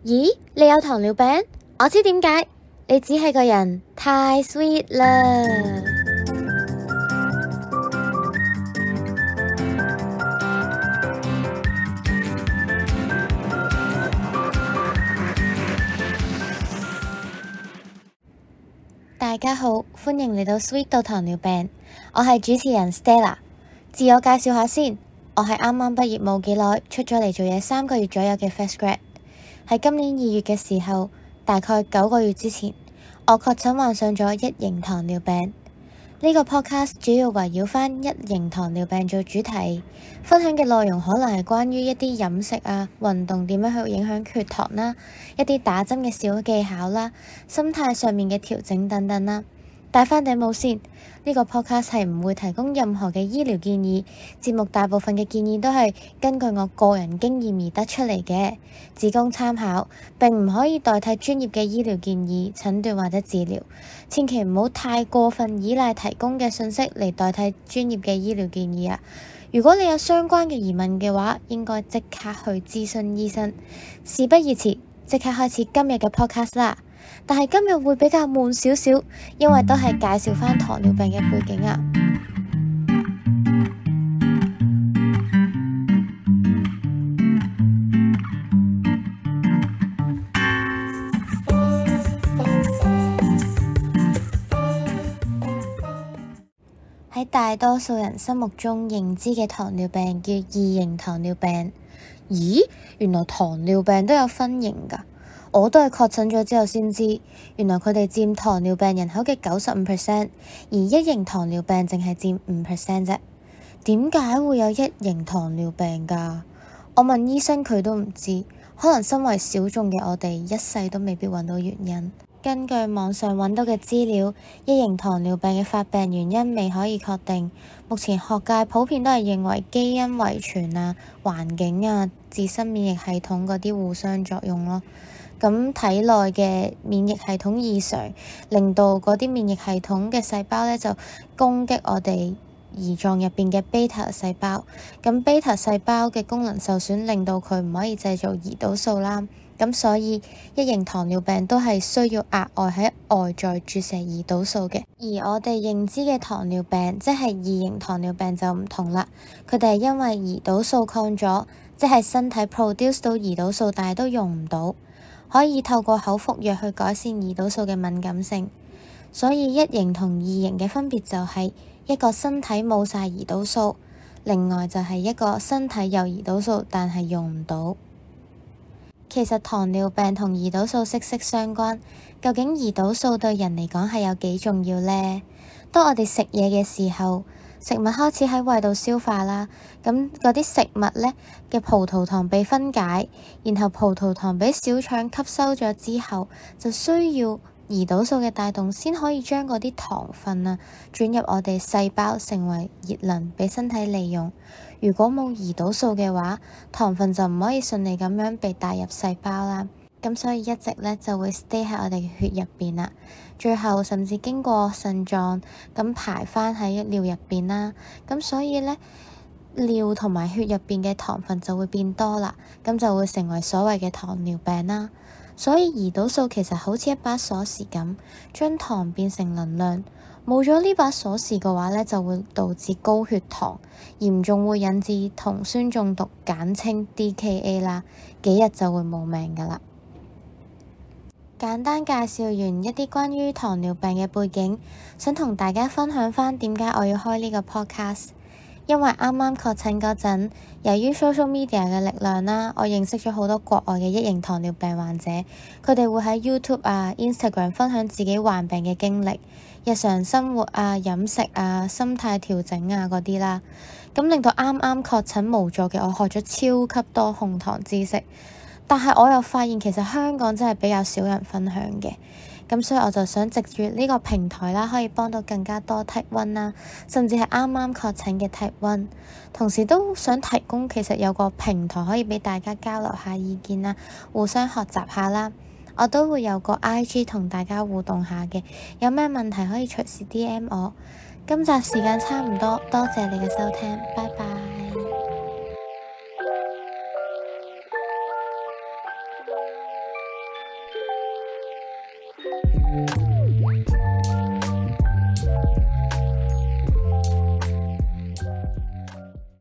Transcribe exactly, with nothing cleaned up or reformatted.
咦，你有糖尿病？我知點解，你只係個人太 sweet 啦。大家好，歡迎嚟到 Sweet 到糖尿病，我係主持人 Stella。自我介紹下先，我係啱啱畢業冇幾耐，出咗嚟做嘢三個月左右嘅 fresh grad。喺今年二月嘅時候，大概九個月之前，我確診患上咗一型糖尿病。呢個 podcast 主要圍繞翻一型糖尿病做主題，分享嘅內容可能係關於一啲飲食啊、運動點樣去影響血糖啦，一啲打針嘅小技巧啦，心態上面嘅調整等等啦。戴翻頂帽先，呢個 podcast 係唔會提供任何嘅醫療建議，節目大部分嘅建議都係根據我個人經驗而得出嚟嘅，只供參考，並唔可以代替專業嘅醫療建議、診斷或者治療。千祈唔好太過分依賴提供嘅信息嚟代替專業嘅醫療建議啊！如果你有相關嘅疑問嘅話，應該即刻去諮詢醫生。事不宜遲，即刻開始今日嘅 podcast 啦！但係今日會比較悶少少，因為都係介紹返糖尿病嘅背景啊。喺大多數人心目中認知嘅糖尿病叫二型糖尿病。咦？原來糖尿病都有分型㗎。我都係確診咗之後先知，原來佢哋佔糖尿病人口嘅九十五 percent， 而一型糖尿病淨係佔五 percent 啫。點解會有一型糖尿病㗎？我問醫生佢都唔知，可能身為小眾嘅我哋一世都未必揾到原因。根據網上揾到嘅資料，一型糖尿病嘅發病原因未可以確定。目前學界普遍都係認為基因遺傳啊、環境啊、自身免疫系統嗰啲互相作用咯。咁體內嘅免疫系統異常，令到嗰啲免疫系統嘅細胞咧就攻擊我哋胰臟入邊嘅 beta 細胞。咁 beta 細胞嘅功能受損，令到佢唔可以製造胰島素啦。咁所以一型糖尿病都係需要額外喺外在注射胰島素嘅。而我哋認知嘅糖尿病，即係二型糖尿病就唔同啦。佢哋係因為胰島素抗咗，即係身體 produce 到胰島素，但係都用唔到。可以透過口服藥去改善胰島素嘅敏感性，所以一型同二型嘅分別就係一個身體冇晒胰島素，另外就係一個身體有胰島素但係用唔到。其實糖尿病同胰島素息息相關，究竟胰島素對人嚟講係有幾重要呢？當我哋食嘢嘅時候，食物開始喺胃度消化啦，咁嗰啲食物咧嘅葡萄糖被分解，然後葡萄糖俾小腸吸收咗之後，就需要胰島素嘅帶動，先可以將嗰啲糖分啊轉入我哋細胞，成為熱能俾身體利用。如果冇胰島素嘅話，糖分就唔可以順利咁樣被帶入細胞啦。咁所以一直咧就會 stay 喺我哋嘅血入邊啦，最後甚至經過腎臟咁排翻喺尿入邊啦。咁所以咧尿同埋血入邊嘅糖分就會變多啦，咁就會成為所謂嘅糖尿病啦。所以胰島素其實好似一把鎖匙咁，將糖變成能量。冇咗呢把鎖匙嘅話咧，就會導致高血糖，嚴重會引致酮酸中毒，簡稱 D K A 啦，幾日就會冇命噶啦。簡單介紹完一啲關於糖尿病嘅背景，想同大家分享返點解我要開呢個 podcast。因為啱啱確診嗰陣，由於 social media 嘅力量啦，我認識咗好多國外嘅一型糖尿病患者，佢哋會喺 YouTube 啊、Instagram 分享自己患病嘅經歷、日常生活啊、飲食啊、心態調整啊嗰啲啦，咁令到啱啱確診無助嘅我學咗超級多控糖知識。但係我又發現其實香港真係比較少人分享嘅，咁所以我就想藉住呢個平台啦，可以幫到更加多 type one 啦，甚至係啱啱確診嘅 type one，同時都想提供其實有個平台可以俾大家交流下意見啦，互相學習下啦。我都會有個 I G 同大家互動下嘅，有咩問題可以隨時 D M 我。今集時間差唔多，多謝你嘅收聽，拜拜。 拜。